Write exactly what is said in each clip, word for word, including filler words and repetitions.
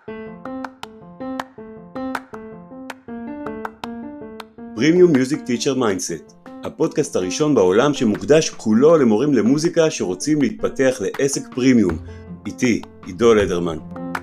Premium Music Teacher Mindset, הפודקאסט הראשון בעולם שמוקדש כולו למורים למוזיקה שרוצים להתפתח לעסק פרימיום. איתי, עידו לדרמן.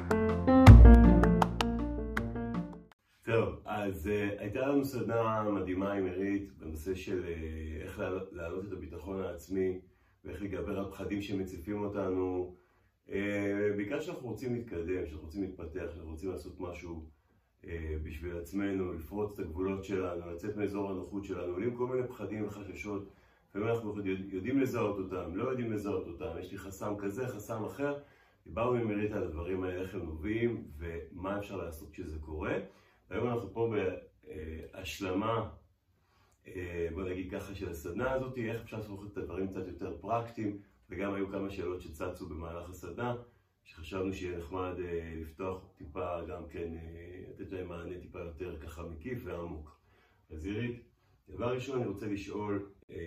טוב, אז uh, הייתה לנו סדנה מדהימה עם עירית בנושא של uh, איך להעלות את הביטחון העצמי ואיך לגבר על פחדים שמציפים אותנו. Uh, בעיקר שאנחנו רוצים להתקדם, שאנחנו רוצים להתפתח, שאנחנו רוצים לעשות משהו uh, בשביל עצמנו, לפרוץ את הגבולות שלנו, לצאת מאזור הנוחות שלנו, עולים כל מיני פחדים וחששות, לפעמים אנחנו יודעים לזהות אותם, לא יודעים לזהות אותם, יש לי חסם כזה, חסם אחר. דיברנו עם עירית על הדברים האלה, איך הם נובעים ומה אפשר לעשות כשזה קורה. היום אנחנו פה בהשלמה, בוא נגיד ככה, של הסדנה הזאת, איך אפשר לעשות את הדברים קצת יותר פרקטיים, וגם היו כמה שאלות שצצו במהלך הסדנה, שחשבנו שיהיה נחמד לפתוח טיפה, גם כן, לתת להם מענה טיפה יותר ככה מקיף ועמוק. אז עירית, דבר ראשון אני רוצה לשאול,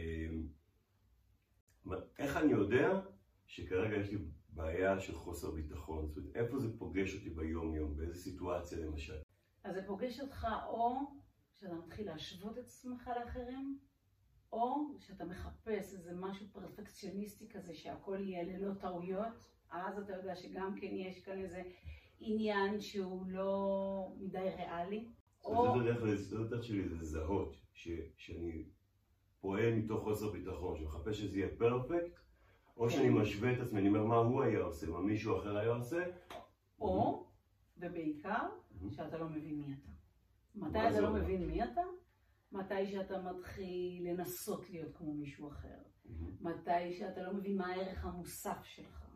איך אני יודע שכרגע יש לי בעיה של חוסר ביטחון? זאת אומרת, איפה זה פוגש אותי ביום יום, באיזה סיטואציה למשל? אז זה פוגש אותך או שאתה מתחיל להשוות את עצמך לאחרים, או שאתה מחפש איזה משהו פרפקציוניסטי כזה שהכל יהיה ללא טעויות, אז אתה יודע שגם כן יש כאן איזה עניין שהוא לא מדי ריאלי. או... זה בדרך כלל, הסתדרות שלי זה זהות, ש... שאני פועל מתוך חוסר ביטחון, שמחפש שזה יהיה פרפקט, או שאני משווה את עצמי, אני אומר מה הוא היה עושה, מה מישהו אחר היה עושה. או, ובעיקר, שאתה לא מבין מי אתה. מתי אתה לא מבין מי אתה? מתי שאתה מתחיל לנסות להיות כמו מישהו אחר. מתי שאתה לא מבין מה הערך המוסף שלך.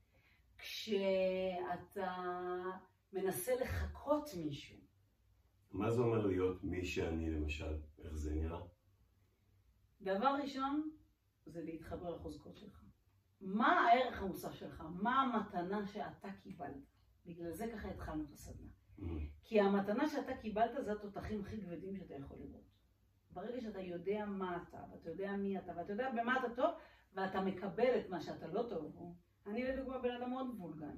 כשאתה מנסה לחקות מישהו. מה זה אומר להיות מי שאני למשל? איך זה נראה? דבר ראשון, זה להתחבר לחוזקות שלך. מה הערך המוסף שלך? מה המתנה שאתה קיבלת? בגלל זה ככה התחלנו את הסדנה. Mm-hmm. כי המתנה שאתה קיבלת זה התותחים הכי כבדים שאתה יכול לראות. ברגע שאתה יודע מה אתה, ואתה יודע מי אתה, ואתה יודע במה אתה טוב, ואתה מקבל את מה שאתה לא טוב בו. אני לדוגמה בן אדם מאוד מבולגן.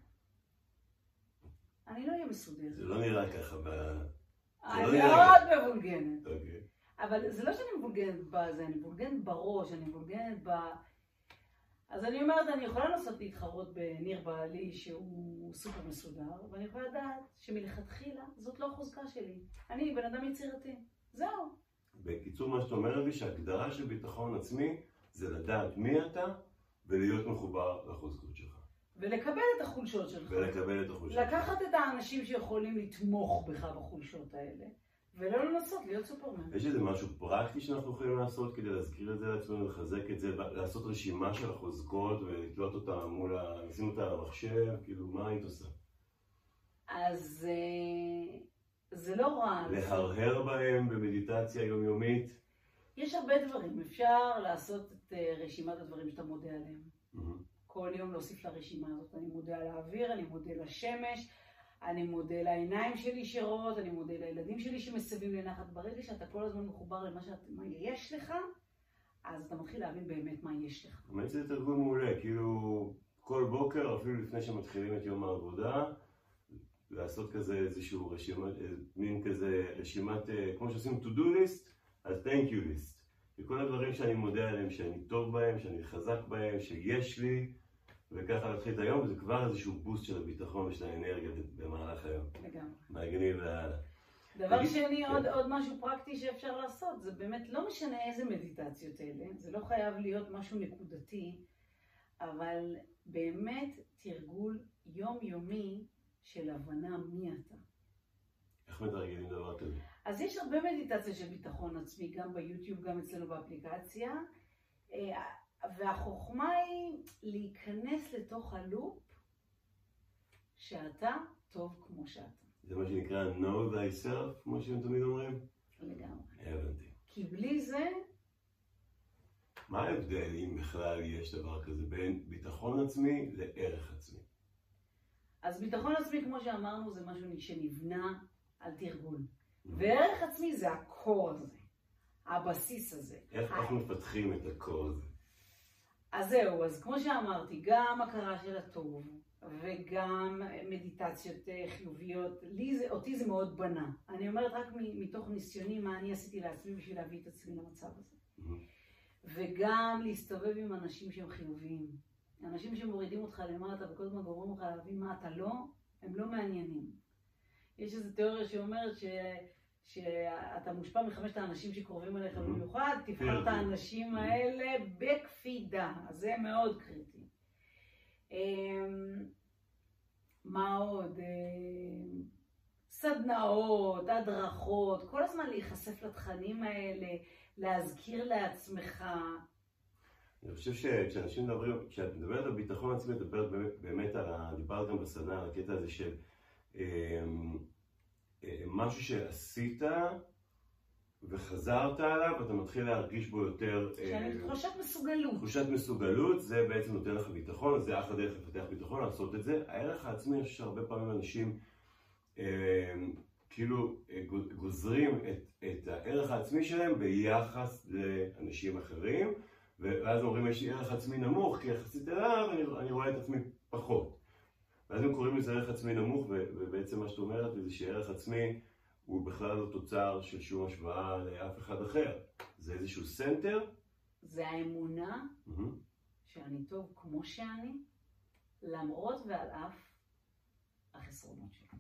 אני לא אהיה מסודרת. זה לא נראה ככה ב... אני מאוד מבולגנת. אוקיי. אבל זה לא שאני מבולגנת בזה, אני מבולגנת בראש, אני מבולגנת ב... אז אני אומרת, אני יכולה לנסות להתחרות בניר בעלי שהוא סופר מסודר, ואני יכולה לדעת שמלכתחילה זאת לא החוזקה שלי. אני בן אדם יצירתי. זהו. בקיצור, מה שאת אומרת לי שהגדרה של ביטחון עצמי זה לדעת מי אתה ולהיות מחובר לחוזקות שלך. ולקבל את החולשות שלך. ולקבל את החולשות. לקחת את האנשים שיכולים לתמוך בך בחולשות האלה. ולא לנסות להיות סופרמן. יש איזה משהו פרקטי שאנחנו יכולים לעשות כדי להזכיר את זה לעצמנו, לחזק את זה, לעשות רשימה של החוזקות ולתלות אותה מול ה... לשים אותה על המחשב, כאילו מה היית עושה? אז זה לא רע. להרהר בהם במדיטציה יומיומית? יש הרבה דברים. אפשר לעשות את רשימת הדברים שאתה מודה עליהם. כל יום להוסיף לרשימה הזאת. אני מודה על האוויר, אני מודה לשמש, אני מודה לעיניים שלי שרואות, אני מודה לילדים שלי שמסבים לנחת. ברגע שאתה כל הזמן מחובר למה שאת, מה יש לך, אז אתה מתחיל להבין באמת מה יש לך. באמת זה תרגול מעולה, כאילו כל בוקר, אפילו לפני שמתחילים את יום העבודה, לעשות כזה איזשהו רשימת, מין כזה רשימת, כמו שעושים to do list, אז thank you list. וכל הדברים שאני מודה עליהם, שאני טוב בהם, שאני חזק בהם, שיש לי, וככה להתחיל את היום, וזה כבר איזשהו בוסט של הביטחון ושל האנרגיה במהלך היום. לגמרי. מהגניב והלאה. דבר שני, עוד, עוד משהו פרקטי שאפשר לעשות, זה באמת לא משנה איזה מדיטציות אלה, זה לא חייב להיות משהו נקודתי, אבל באמת תרגול יומיומי של הבנה מי אתה. איך מתרגלים דבר כזה? אז יש הרבה מדיטציה של ביטחון עצמי, גם ביוטיוב, גם אצלנו באפליקציה, והחוכמה היא להיכנס לתוך הלופ שאתה טוב כמו שאתה. זה מה שנקרא know thyself, כמו שהם תמיד אומרים? לגמרי. הבנתי. כי בלי זה... מה ההבדל אם בכלל יש דבר כזה בין ביטחון עצמי לערך עצמי? אז ביטחון עצמי, כמו שאמרנו, זה משהו שנבנה על תרגול. וערך עצמי זה הקור הזה, הבסיס הזה. איך אנחנו מפתחים את הקור הזה? אז זהו, אז כמו שאמרתי, גם הכרה של הטוב, וגם מדיטציות חיוביות. לי זה, אותי זה מאוד בנה. אני אומרת רק מתוך ניסיוני מה אני עשיתי לעצמי בשביל להביא את עצמי למצב הזה. וגם להסתובב עם אנשים שהם חיוביים. אנשים שמורידים אותך למטה וכל הזמן גורמים לך להבין מה אתה לא, הם לא מעניינים. יש איזו תיאוריה שאומרת ש... שאתה מושפע מחמשת האנשים שקרובים אליך במיוחד, תבחר את האנשים האלה בקפידה. אז זה מאוד קריטי. מה עוד? סדנאות, הדרכות, כל הזמן להיחשף לתכנים האלה, להזכיר לעצמך. אני חושב שכשאנשים מדברים, כשאת מדברת על ביטחון עצמי, את מדברת באמת על, דיברת גם בסדנה, על הקטע הזה של משהו שעשית וחזרת עליו, ואתה מתחיל להרגיש בו יותר... שאני תחושת מסוגלות. תחושת מסוגלות, זה בעצם נותן לך ביטחון, זה אחלה דרך לפתח ביטחון, לעשות את זה. הערך העצמי, אני חושב שהרבה פעמים אנשים אה, כאילו גוזרים את, את הערך העצמי שלהם ביחס לאנשים אחרים, ואז אומרים, יש לי ערך עצמי נמוך, כי יחסית אליו אני, אני רואה את עצמי פחות. ואז הם קוראים לזה ערך עצמי נמוך, ובעצם מה שאת אומרת זה שערך עצמי הוא בכלל לא תוצר של שום השוואה לאף אחד אחר. זה איזשהו סנטר. זה האמונה mm-hmm. שאני טוב כמו שאני, למרות ועל אף החסרונות שלי.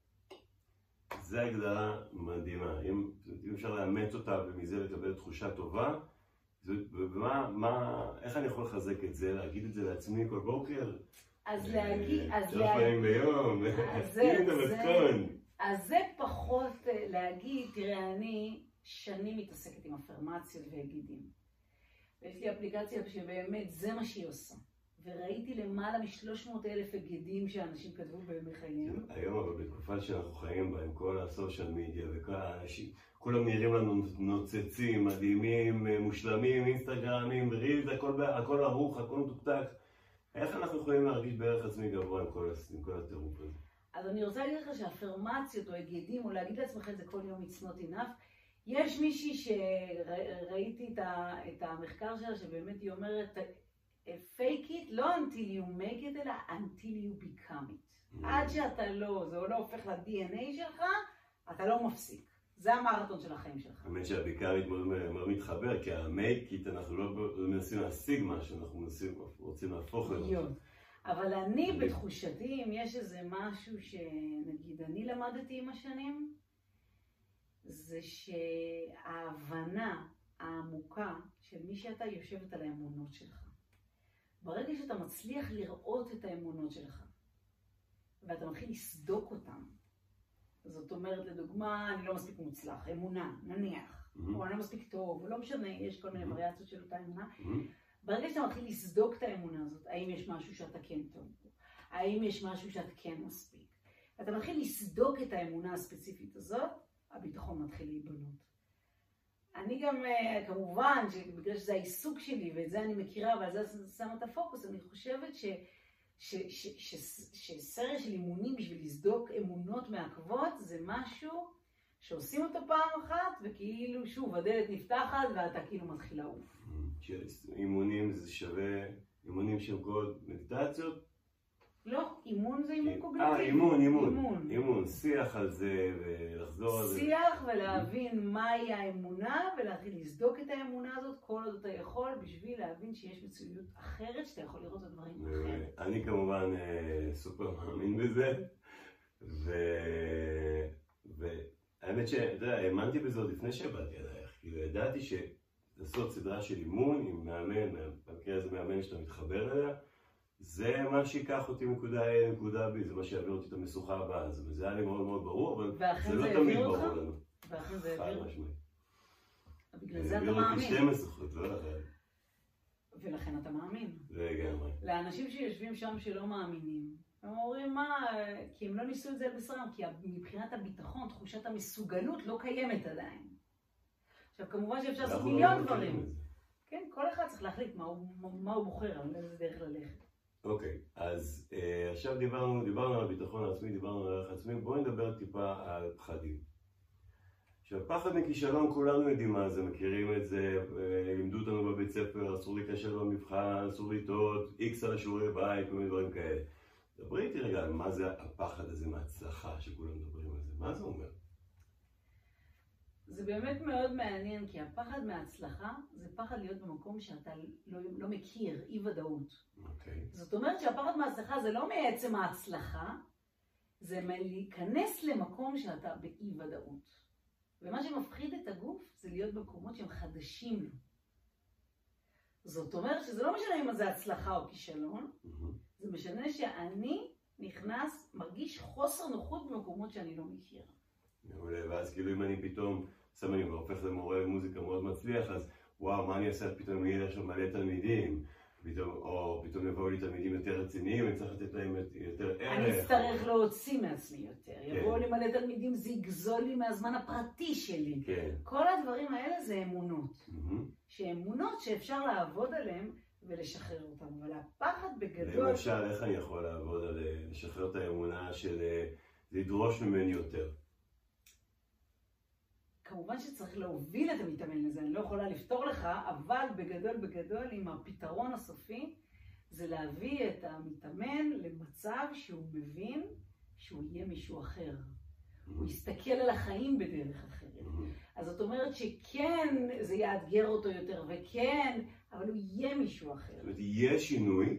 זו הגדרה מדהימה. אם, אם אפשר לאמץ אותה ומזה לקבל תחושה טובה, ומה, מה, איך אני יכול לחזק את זה, להגיד את זה לעצמי כל בוקר? אז להגיד, אז שלוש פעמים ביום, תראי את המתכון. אז זה פחות להגיד, תראה, אני שנים מתעסקת עם אפרמציות והגידים. ויש לי אפליקציה שבאמת זה מה שהיא עושה. וראיתי למעלה משלוש מאות אלף הגידים שאנשים כתבו בימי חייהם. היום אבל בתקופה שאנחנו חיים בה, עם כל הסושיאל מדיה וכל האנשים, כולם נראים לנו נוצצים, מדהימים, מושלמים, אינסטגרמים, רילס, הכל, הכל ערוך, הכל מתוקתק. איך אנחנו יכולים להרגיש בערך עצמי גבוה עם כל, עם כל הטירוף הזה? אז אני רוצה להגיד לך שאפרמציות או הגידים, או להגיד לעצמך את זה כל יום it's not enough, יש מישהי שראיתי את, ה, את המחקר שלה, שבאמת היא אומרת, fake it, לא until you make it, אלא until you become it. Mm. עד שאתה לא, זה לא הופך ל-די אן איי שלך, אתה לא מפסיק. זה המרתון של החיים שלך. האמת שהביקרית מאוד מתחבר, כי ה-make it, אנחנו לא מנסים להשיג משהו, אנחנו מנסים, רוצים להפוך למשהו. אבל אני בתחושתי, אם יש איזה משהו שנגיד אני למדתי עם השנים, זה שההבנה העמוקה של מי שאתה יושבת על האמונות שלך. ברגע שאתה מצליח לראות את האמונות שלך, ואתה מתחיל לסדוק אותן, זאת אומרת, לדוגמה, אני לא מספיק מוצלח, אמונה, נניח, mm-hmm. או אני לא מספיק טוב, או לא משנה, יש כל מיני mm-hmm. וריאציות של אותה אמונה. Mm-hmm. ברגע שאתה מתחיל לסדוק את האמונה הזאת, האם יש משהו שאתה כן טוב בו, האם יש משהו שאתה כן מספיק, אתה מתחיל לסדוק את האמונה הספציפית הזאת, הביטחון מתחיל להיבנות. אני גם, כמובן, בגלל שזה העיסוק שלי, ואת זה אני מכירה, ועל זה שמה את הפוקוס, אני חושבת ש... שסריה של אימונים בשביל לסדוק אמונות מעכבות זה משהו שעושים אותו פעם אחת וכאילו שוב הדלת נפתחת ואתה כאילו מתחיל לעוף. אימונים זה שווה, אימונים שהם קוד מדיטציות? לא, אימון זה אימון קוגניטיבי. אה, אימון, אימון, אימון, שיח על זה ולחזור על זה. שיח ולהבין מהי האמונה ולהתחיל לסדוק את האמונה הזאת כל עוד אתה יכול בשביל להבין שיש מציאות אחרת שאתה יכול לראות את הדברים אחרת. אני כמובן סופר מאמין בזה והאמת שאתה יודע, האמנתי בזה עוד לפני שבאתי עלייך, כאילו ידעתי שלעשות סדרה של אימון עם מאמן, במקרה הזה מאמן שאתה מתחבר אליה, זה מה שיקח אותי מנקודה A לנקודה B, זה מה שיעביר אותי את המשוכה הבאה, זה היה לי מאוד מאוד ברור, אבל זה לא תמיד ברור לנו. ואכן זה העביר אותך? בגלל זה אתה מאמין. העביר אותי שתי משוכות, לא לכם. ולכן אתה מאמין. לגמרי. לאנשים שיושבים שם שלא מאמינים, הם אומרים מה, כי הם לא ניסו את זה על בשרם, כי מבחינת הביטחון, תחושת המסוגלות לא קיימת עדיין. עכשיו כמובן שאפשר לעשות מיליון דברים. כן, כל אחד צריך להחליט מה הוא בוחר, על איזה דרך ללכת. אוקיי, אז אה, עכשיו דיברנו, דיברנו על הביטחון העצמי, דיברנו על הערך העצמי, בואו נדבר טיפה על פחדים. עכשיו, פחד מכישלון, כולנו יודעים מה זה, מכירים את זה, לימדו אותנו בבית ספר, אסור להיכשל במבחן, אסור לטעות, איקס על השיעורי בית, כל מיני דברים כאלה. דברי איתי רגע על מה זה הפחד הזה מההצלחה שכולם מדברים על זה, מה זה אומר? זה באמת מאוד מעניין, כי הפחד מההצלחה זה פחד להיות במקום שאתה לא, לא מכיר, אי ודאות. אוקיי. זאת אומרת שהפחד מההצלחה זה לא מעצם ההצלחה, זה להיכנס למקום שאתה באי ודאות. ומה שמפחיד את הגוף זה להיות במקומות שהם חדשים לו. זאת אומרת שזה לא משנה אם זה הצלחה או כישלון, Mm-hmm. זה משנה שאני נכנס, מרגיש חוסר נוחות במקומות שאני לא מכיר. ואז כאילו אם אני פתאום, סתם אני הופך למורה מוזיקה מאוד מצליח, אז וואו, מה אני אעשה? פתאום יהיה שם מלא תלמידים, פתאום, או פתאום יבואו לי תלמידים יותר רציניים, אני צריך לתת להם יותר ערך. אני אצטרך להוציא מעצמי יותר. יבואו לי מלא תלמידים, זה יגזול לי מהזמן הפרטי שלי. כן. כל הדברים האלה זה אמונות. Mm-hmm. שאמונות שאפשר לעבוד עליהן ולשחרר אותן. אבל הפחד בגדול... למשל, איך אני יכול לעבוד על לשחרר את האמונה של לדרוש ממני יותר? כמובן שצריך להוביל את המתאמן לזה, אני לא יכולה לפתור לך, אבל בגדול בגדול עם הפתרון הסופי זה להביא את המתאמן למצב שהוא מבין שהוא יהיה מישהו אחר. Mm-hmm. הוא יסתכל על החיים בדרך אחרת. Mm-hmm. אז זאת אומרת שכן זה יאתגר אותו יותר, וכן, אבל הוא יהיה מישהו אחר. זאת אומרת, יהיה שינוי,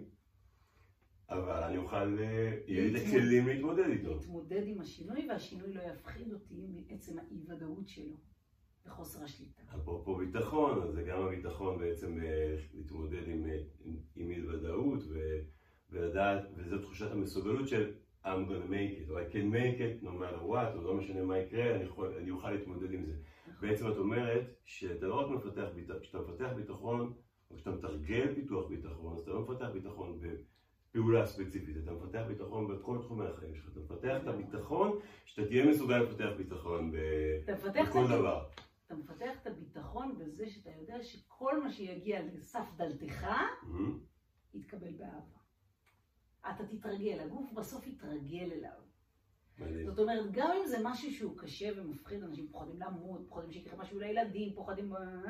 אבל אני אוכל, יהיה לי את הכלים להתמודד איתו. להתמודד עם השינוי, והשינוי לא יפחיד אותי מעצם האי-ודאות שלו, וחוסר השליטה. אפרופו ביטחון, אז זה גם הביטחון בעצם להתמודד עם, עם, עם אי-ודאות, ולדעת, וזו תחושת המסוגלות של I'm gonna make it, או I can make it, no matter what, או לא משנה מה יקרה, אני, יכול, אני אוכל להתמודד עם זה. בעצם את אומרת שאתה לא רק מפתח ביטחון, כשאתה מפתח ביטחון, או כשאתה מתרגל פיתוח ביטחון, אז אתה לא מפתח ביטחון בפעולה ספציפית, אתה מפתח ביטחון בכל תחומי החיים שלך, אתה מפתח את הביטחון, שאתה תהיה מסוגל לפתח ביטחון בכל דבר. אתה מפתח את הביטחון בזה שאתה יודע שכל מה שיגיע לסף דלתך, יתקבל באהבה. אתה תתרגל, הגוף בסוף יתרגל אליו. מדהים. זאת אומרת, גם אם זה משהו שהוא קשה ומפחיד, אנשים פוחדים למות, פוחדים שיקרה משהו לילדים, פוחדים...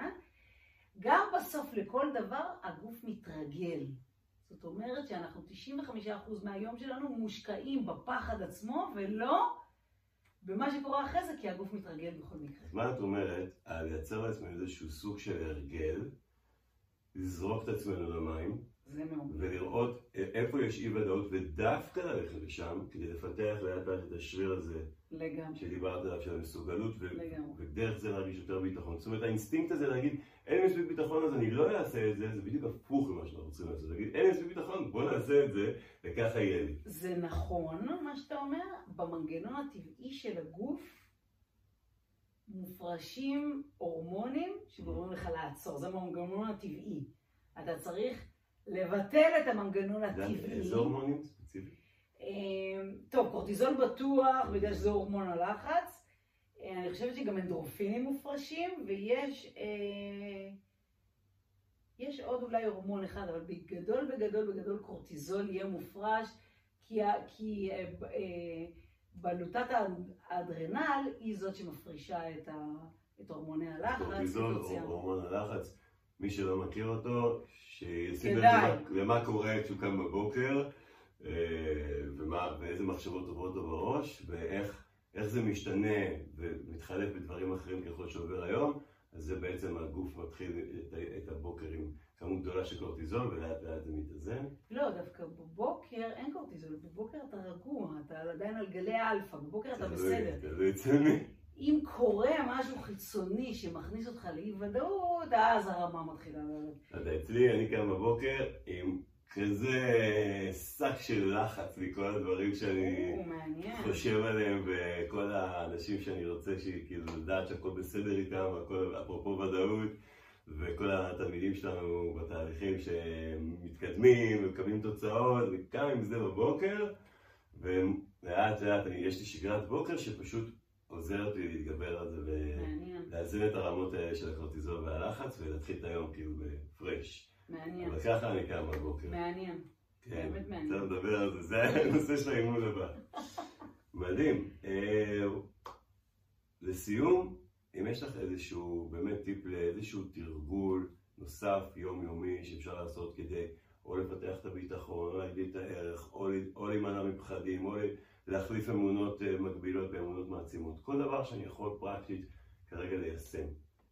גם בסוף לכל דבר הגוף מתרגל. זאת אומרת שאנחנו תשעים וחמישה אחוז מהיום שלנו מושקעים בפחד עצמו, ולא במה שקורה אחרי זה, כי הגוף מתרגל בכל מקרה. מה את אומרת על לייצר לעצמנו איזשהו סוג של הרגל, לזרוק את עצמנו למים, ולראות איפה יש אי ודאות, ודווקא ללכת לשם, כדי לפתח לאט לאט את השריר הזה, לגמרי. שדיברת עליו, של המסוגלות, ו- ודרך זה להרגיש יותר ביטחון. זאת אומרת, האינסטינקט הזה להגיד, אין לי מספיק ביטחון אז אני לא אעשה את זה, זה בדיוק הפוך ממה שאנחנו רוצים לעשות. להגיד, אין לי מספיק ביטחון, בוא נעשה את זה, וככה יהיה לי. זה נכון, מה שאתה אומר, במנגנון הטבעי של הגוף, מופרשים הורמונים שגורמים לך לעצור. זה המנגנון הטבעי. אתה צריך לבטל את המנגנון הטבעי. איזה הורמונים ספציפיים? טוב, קורטיזול בטוח, בגלל שזה הורמון הלחץ. אני חושבת שגם אנדורפינים מופרשים, ויש יש עוד אולי הורמון אחד, אבל בגדול, בגדול, בגדול קורטיזול יהיה מופרש, כי, כי בלוטת האדרנל היא זאת שמפרישה את, ה, את הורמוני הלחץ. קורטיזול, הורמון הלחץ, מי שלא מכיר אותו, שישים למה קורה כשהוא קם בבוקר, ומה, ואיזה מחשבות עוברות לו בראש, ואיך איך זה משתנה ומתחלף בדברים אחרים ככל שעובר היום, אז זה בעצם הגוף מתחיל את, את הבוקר עם כמות גדולה של קורטיזול, ולאט לאט זה מתאזן. לא, דווקא בבוקר אין קורטיזול, בבוקר אתה רגוע, אתה עדיין על גלי האלפא, בבוקר אתה בסדר. תלוי אצל מי. אם קורה משהו חיצוני שמכניס אותך לאי ודאות, אז הרמה מתחילה לעלות. אז אצלי, אני קם בבוקר עם כזה שק של לחץ מכל הדברים שאני חושב עליהם, וכל האנשים שאני רוצה שכאילו לדעת שהכל בסדר איתם, אפרופו ודאות, וכל התלמידים שלנו בתהליכים שמתקדמים ומקבלים תוצאות, וקם עם זה בבוקר, ולאט לאט יש לי שגרת בוקר שפשוט עוזרת לי להתגבר על זה ולאזן את הרמות האלה של הקורטיזול והלחץ, ולהתחיל את היום כאילו בפרש. מעניין. אבל ככה אני קם בבוקר. מעניין. כן, באמת מעניין. צריך לדבר על זה, זה הנושא של האימון הבא. מדהים. לסיום, אם יש לך איזשהו באמת טיפ לאיזשהו תרגול נוסף יומיומי שאפשר לעשות כדי, או לפתח את הביטחון, או להגדיל את הערך, או, או להימנע מפחדים, או להחליף אמונות מקבילות באמונות מעצימות. כל דבר שאני יכול פרקטית כרגע ליישם.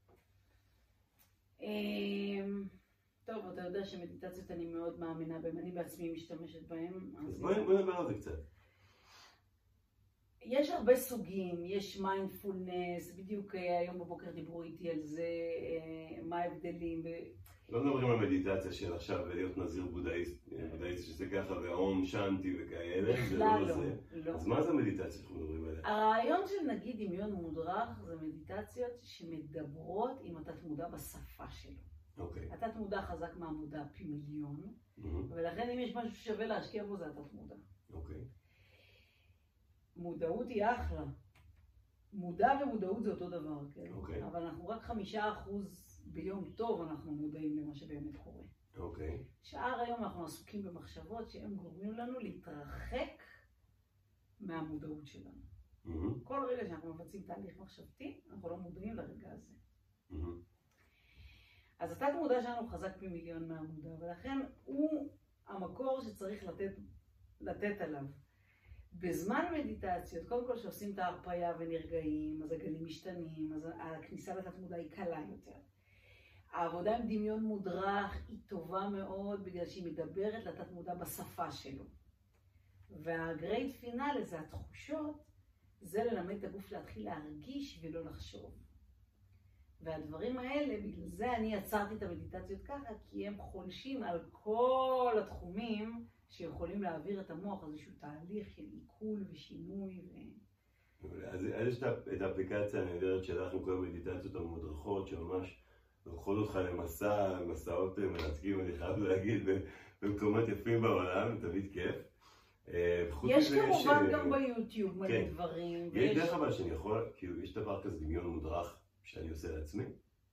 טוב, אתה יודע שמדיטציות אני מאוד מאמינה בהן, אני בעצמי משתמשת בהן. אז בואי נדבר על זה קצת. יש הרבה סוגים, יש מיינדפולנס, בדיוק היום בבוקר דיברו איתי על זה, מה ההבדלים. לא מדברים על מדיטציה של עכשיו להיות נזיר בודהיסט, בודהיסט שזה ככה והאום שאנטי וכאלה. בכלל לא. אז מה זה המדיטציה שאנחנו מדברים עליה? הרעיון של נגיד דמיון מודרך זה מדיטציות שמדברות עם התת מודע בשפה שלו. אוקיי. התת מודע חזק מהמודע פי מיליון, ולכן אם יש משהו ששווה להשקיע בו זה התת מודע. אוקיי. מודעות היא אחלה. מודע ומודעות זה אותו דבר, כן? אוקיי. אבל אנחנו רק חמישה אחוז ביום טוב אנחנו מודעים למה שבאמת קורה. אוקיי. שאר היום אנחנו עסוקים במחשבות שהם גורמים לנו להתרחק מהמודעות שלנו. Mm-hmm. כל רגע שאנחנו מבצעים תהליך מחשבתי, אנחנו לא מודעים לרגע הזה. Mm-hmm. אז התת מודע שלנו חזק פי מיליון מהמודע, ולכן הוא המקור שצריך לתת, לתת עליו. בזמן מדיטציות, קודם כל שעושים את ההרפאיה ונרגעים, אז הגלים משתנים, אז הכניסה לתת מודע היא קלה יותר. העבודה עם דמיון מודרך היא טובה מאוד בגלל שהיא מדברת לתת מודע בשפה שלו. והגרייט פינאלי זה התחושות, זה ללמד את הגוף להתחיל להרגיש ולא לחשוב. והדברים האלה, בגלל זה אני יצרתי את המדיטציות ככה, כי הם חולשים על כל התחומים שיכולים להעביר את המוח, איזשהו תהליך של עיכול ושינוי. ו... אז יש את האפליקציה הנהדרת שלך עם כל המדיטציות המודרכות, שממש לוקחות אותך למסע, מסעות מרתקים, אני חייב להגיד, במקומות יפים בעולם, תמיד כיף. יש כמובן גם ביוטיוב מלא דברים. יש דרך אבל שאני יכול, כאילו, יש דבר כזה דמיון מודרך שאני עושה לעצמי?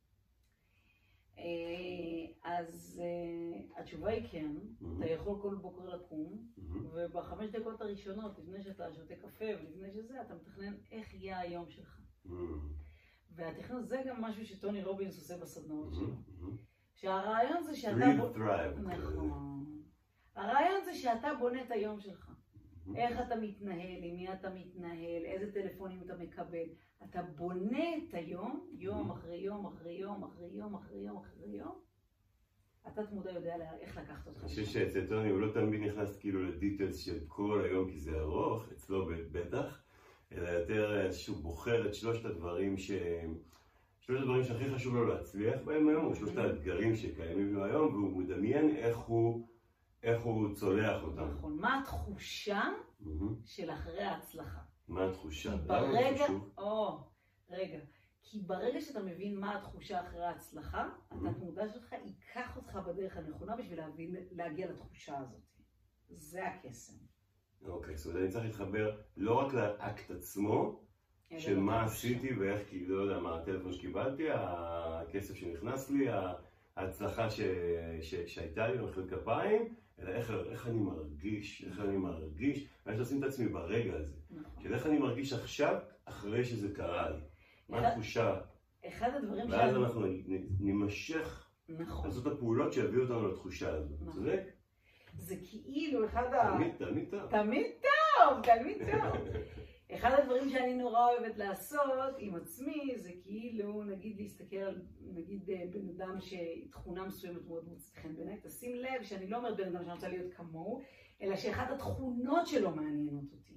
אז התשובה היא כן, אתה יכול כל בוקר לקום, ובחמש דקות הראשונות, לפני שאתה שותה קפה ולפני שזה, אתה מתכנן איך יהיה היום שלך. והתכנון זה גם משהו שטוני רובינס עושה בסדנאות שלו. שהרעיון זה שאתה... Real thrive. נכון. הרעיון זה שאתה בונה את היום שלך. איך אתה מתנהל, עם מי אתה מתנהל, איזה טלפונים אתה מקבל. אתה בונה את היום, יום אחרי יום אחרי יום אחרי יום אחרי יום אחרי יום. אתה תמודע יודע איך לקחת אותך. אני חושב שאצל טוני הוא לא תמיד נכנס כאילו לדיטלס של כל היום כי זה ארוך, אצלו בטח, אלא יותר שהוא בוחר את שלושת הדברים ש... שלושת הדברים שהכי חשוב לו להצליח בהם היום, או שלושת האתגרים שקיימים לו היום, והוא מדמיין איך הוא, איך הוא צולח אותם. נכון, מה התחושה של אחרי ההצלחה? מה התחושה? ברגע, או, רגע, כי ברגע שאתה מבין מה התחושה אחרי ההצלחה, התת מודע שלך ייקח אותך בדרך הנכונה בשביל להבין, להגיע לתחושה הזאת. זה הקסם. אוקיי, זאת אומרת, אני צריך להתחבר לא רק לאקט עצמו, של מה עשיתי ואיך, כי לא יודע מה הטלפון שקיבלתי, הכסף שנכנס לי, ההצלחה שהייתה לי במחיאות כפיים, אלא איך אני מרגיש, איך אני מרגיש, ואני לשים את עצמי ברגע הזה. של איך אני מרגיש עכשיו, אחרי שזה קרה לי. מה התחושה? אחד הדברים ש... ואז אנחנו נמשך לעשות את הפעולות שיביאו אותנו לתחושה הזו. צודק? זה כאילו אחד ה... תמיד, תמיד טוב. תמיד טוב, תמיד טוב. אחד הדברים שאני נורא אוהבת לעשות עם עצמי, זה כאילו, נגיד להסתכל על, נגיד בן אדם שתכונה מסוימת מאוד מוצאת חן בעיניי, תשים לב שאני לא אומרת בן אדם שאני רוצה להיות כמוהו, אלא שאחת התכונות שלו מעניינות אותי.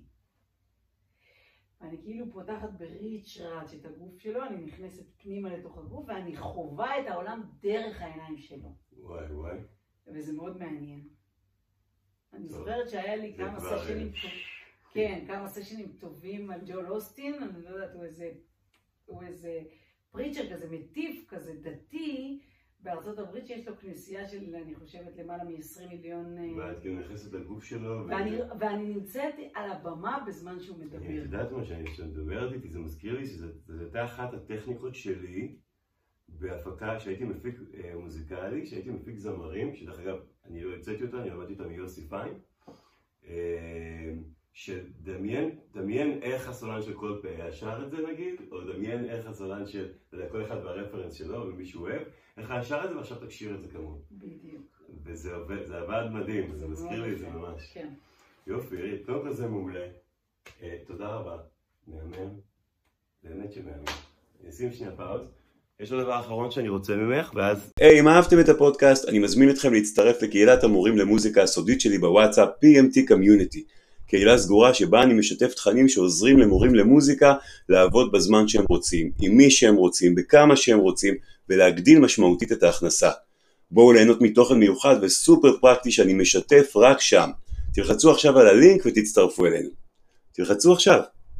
אני כאילו פותחת בריץ' ראץ' את הגוף שלו, אני נכנסת פנימה לתוך הגוף, ואני חווה את העולם דרך העיניים שלו. וואי וואי. וזה מאוד מעניין. אני זוכרת שהיה לי כמה סשנים טובים. כן, כמה סשנים טובים על ג'ול אוסטין, אני לא יודעת, הוא איזה, הוא איזה פריצ'ר כזה, מטיף כזה, דתי, בארצות הברית שיש לו כנסייה של, אני חושבת, למעלה מ-עשרים מיליון... ואת כאילו נכנסת לגוף שלו... ואני, ואני נמצאת על הבמה בזמן שהוא מדבר. אני יודעת מה שאני מדברת איתי, זה מזכיר לי שזו הייתה אחת הטכניקות שלי בהפקה, שהייתי מפיק מוזיקלי, שהייתי מפיק זמרים, שדרך אגב, אני לא הצאתי אותה, אני למדתי אותה מיוסי פיין. שדמיין, דמיין איך הסולן של קולדפליי היה שר את זה נגיד, או דמיין איך הסולן של, אתה יודע, כל אחד והרפרנס שלו ומישהו אוהב, איך היה שר את זה ועכשיו תקשיר את זה כמוהו. בדיוק. וזה עובד, זה עבד מדהים, זה מזכיר לי את זה ממש. כן. יופי, עירית, קודם כל זה מעולה. תודה רבה, מהמם, באמת שמהמם. אני אשים שנייה פאוז. יש עוד דבר אחרון שאני רוצה ממך, ואז... היי, אם אהבתם את הפודקאסט, אני מזמין אתכם להצטרף לקהילת המורים למוזיקה הסודית שלי בוואטסאפ, פי אם טי Community. קהילה סגורה שבה אני משתף תכנים שעוזרים למורים למוזיקה לעבוד בזמן שהם רוצים, עם מי שהם רוצים, בכמה שהם רוצים, ולהגדיל משמעותית את ההכנסה. בואו ליהנות מתוכן מיוחד וסופר פרקטי שאני משתף רק שם. תלחצו עכשיו על הלינק ותצטרפו אלינו. תלחצו עכשיו.